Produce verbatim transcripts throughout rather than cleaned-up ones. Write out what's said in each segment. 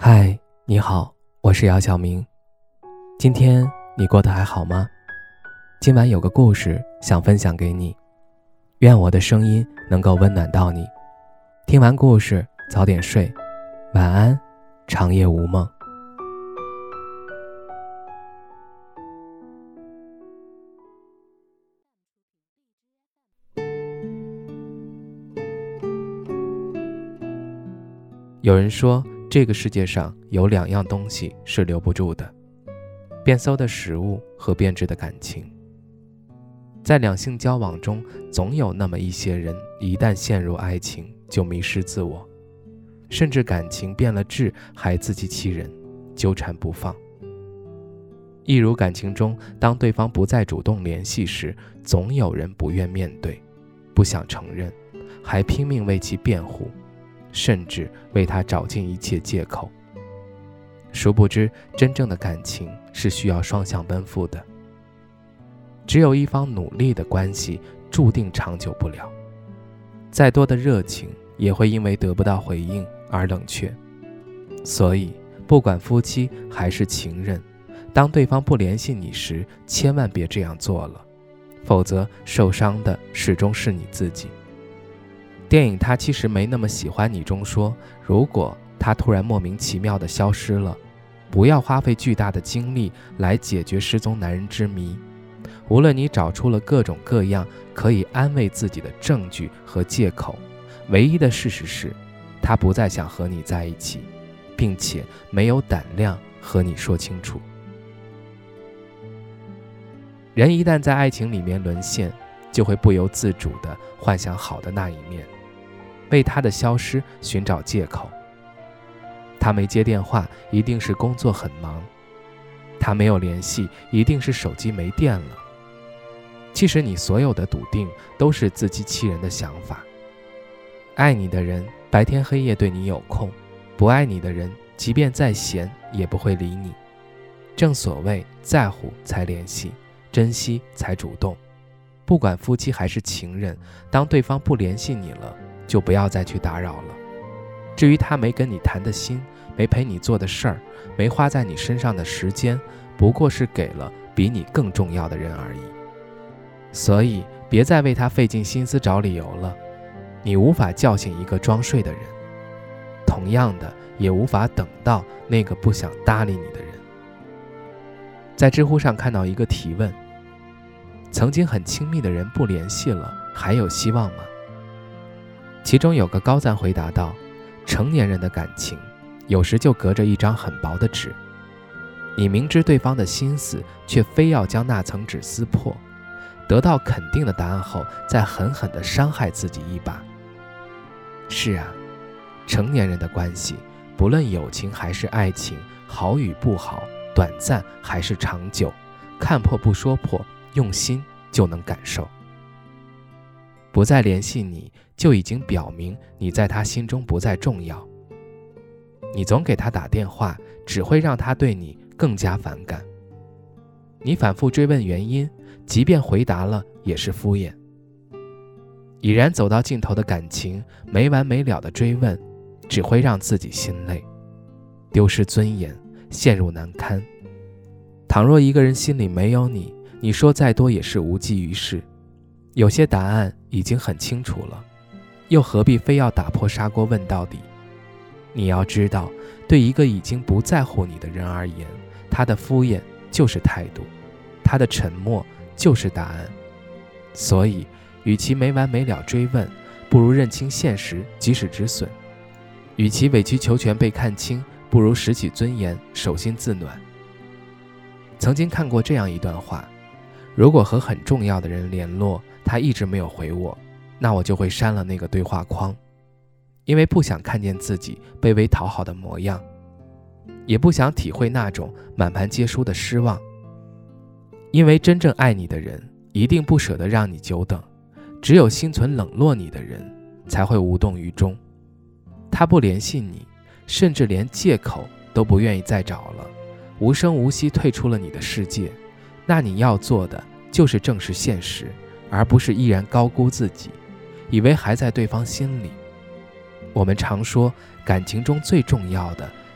嗨，你好，我是姚晓明。今天你过得还好吗？今晚有个故事想分享给你，愿我的声音能够温暖到你。听完故事早点睡，晚安，长夜无梦。有人说，这个世界上有两样东西是留不住的，变馊的食物和变质的感情。在两性交往中，总有那么一些人一旦陷入爱情就迷失自我，甚至感情变了质还自欺欺人，纠缠不放。一如感情中，当对方不再主动联系时，总有人不愿面对，不想承认，还拼命为其辩护，甚至为他找尽一切借口。殊不知，真正的感情是需要双向奔赴的，只有一方努力的关系注定长久不了，再多的热情也会因为得不到回应而冷却。所以不管夫妻还是情人，当对方不联系你时，千万别这样做了，否则受伤的始终是你自己。电影《他其实没那么喜欢你》中说，如果他突然莫名其妙地消失了，不要花费巨大的精力来解决失踪男人之谜。无论你找出了各种各样可以安慰自己的证据和借口，唯一的事实是，他不再想和你在一起，并且没有胆量和你说清楚。人一旦在爱情里面沦陷，就会不由自主地幻想好的那一面，为他的消失寻找借口。他没接电话，一定是工作很忙；他没有联系，一定是手机没电了。其实你所有的笃定都是自欺欺人的想法。爱你的人白天黑夜对你有空，不爱你的人即便再闲也不会理你。正所谓在乎才联系，珍惜才主动。不管夫妻还是情人，当对方不联系你了，就不要再去打扰了。至于他没跟你谈的心，没陪你做的事儿，没花在你身上的时间，不过是给了比你更重要的人而已。所以别再为他费尽心思找理由了，你无法叫醒一个装睡的人，同样的也无法等到那个不想搭理你的人。在知乎上看到一个提问，曾经很亲密的人不联系了，还有希望吗？其中有个高赞回答道，成年人的感情有时就隔着一张很薄的纸，你明知对方的心思，却非要将那层纸撕破，得到肯定的答案后，再狠狠地伤害自己一把。是啊，成年人的关系，不论友情还是爱情，好与不好，短暂还是长久，看破不说破，用心就能感受。不再联系你，就已经表明你在他心中不再重要。你总给他打电话，只会让他对你更加反感。你反复追问原因，即便回答了，也是敷衍。已然走到尽头的感情，没完没了的追问，只会让自己心累，丢失尊严，陷入难堪。倘若一个人心里没有你，你说再多也是无济于事。有些答案已经很清楚了，又何必非要打破砂锅问到底？你要知道，对一个已经不在乎你的人而言，他的敷衍就是态度，他的沉默就是答案。所以与其没完没了追问，不如认清现实，及时止损。与其委曲求全被看清，不如拾起尊严，手心自暖。曾经看过这样一段话，如果和很重要的人联络，他一直没有回我，那我就会删了那个对话框，因为不想看见自己卑微讨好的模样，也不想体会那种满盘皆输的失望。因为真正爱你的人一定不舍得让你久等，只有心存冷落你的人才会无动于衷。他不联系你，甚至连借口都不愿意再找了，无声无息退出了你的世界，那你要做的就是正视现实，而不是依然高估自己，以为还在对方心里。我们常说，感情中最重要的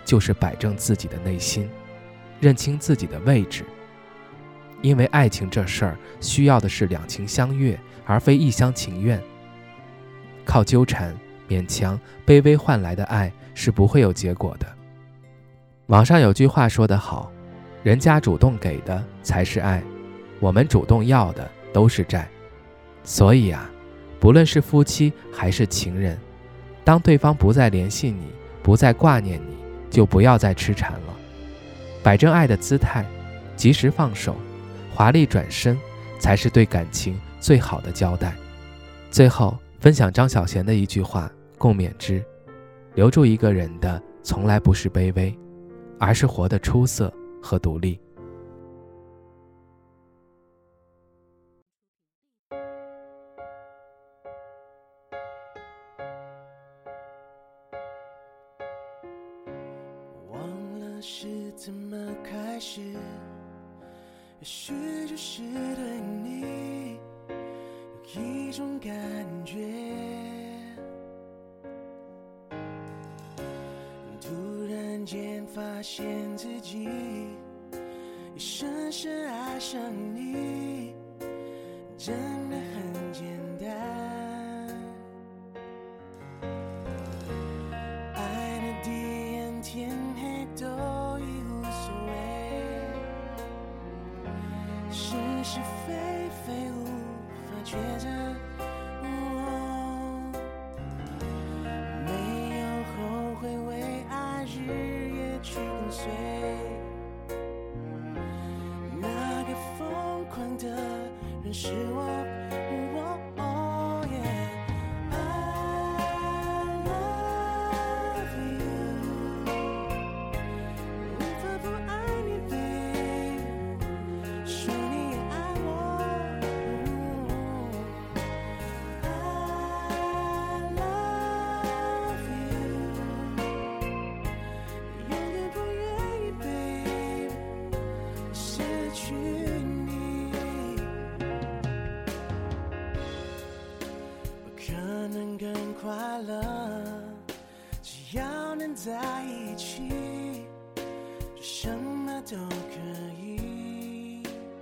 就是摆正自己的内心，认清自己的位置。因为爱情这事儿需要的是两情相悦，而非一厢情愿。靠纠缠、勉强、卑微换来的爱是不会有结果的。网上有句话说得好，人家主动给的才是爱，我们主动要的都是债。所以啊，不论是夫妻还是情人，当对方不再联系你，不再挂念你，就不要再痴缠了。摆正爱的姿态，及时放手，华丽转身，才是对感情最好的交代。最后分享张小娴的一句话，共勉之：留住一个人的从来不是卑微，而是活得出色和独立。 忘了是怎么开始，也许就是对你有一种感觉，突然间发现自己也深深爱上你，真的很简单。爱的地暗天黑都已无所谓，是是非非无法抉择。没有后悔，为爱日夜去跟随那个疯狂的人是我。更快乐，只要能在一起，就什么都可以。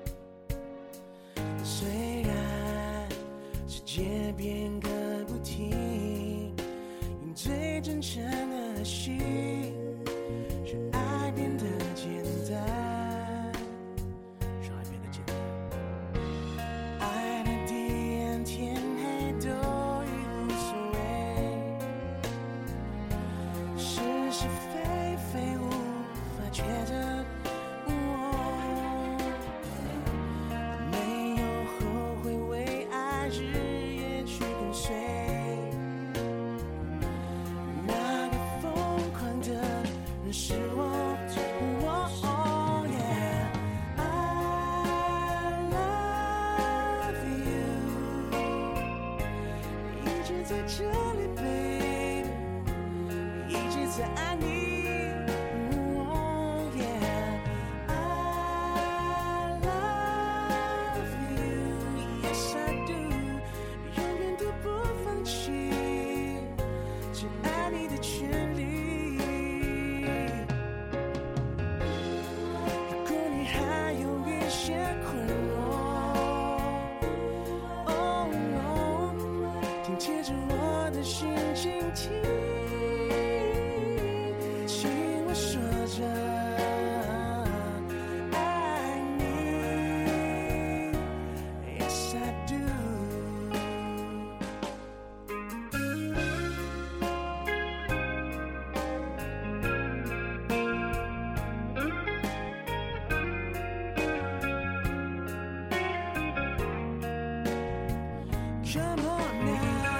虽然世界变个不停，用最真诚的心，让爱变得简单，让爱变得简单。爱的地暗天黑都是非非无法抉择，没有后悔，为爱日夜去跟随那个疯狂的人是我。I love you， 一直在这里 babe， 一直在爱你。接着我的心倾听，听我说着爱你 ，Yes I do。Come on now。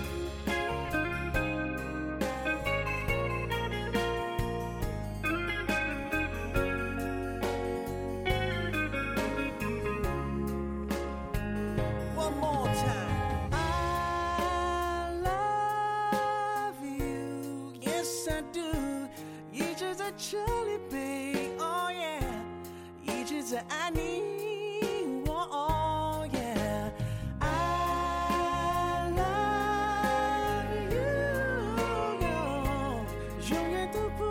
这里 babe， oh yeah， 一直在爱你 ，oh yeah， I love you， 永远都不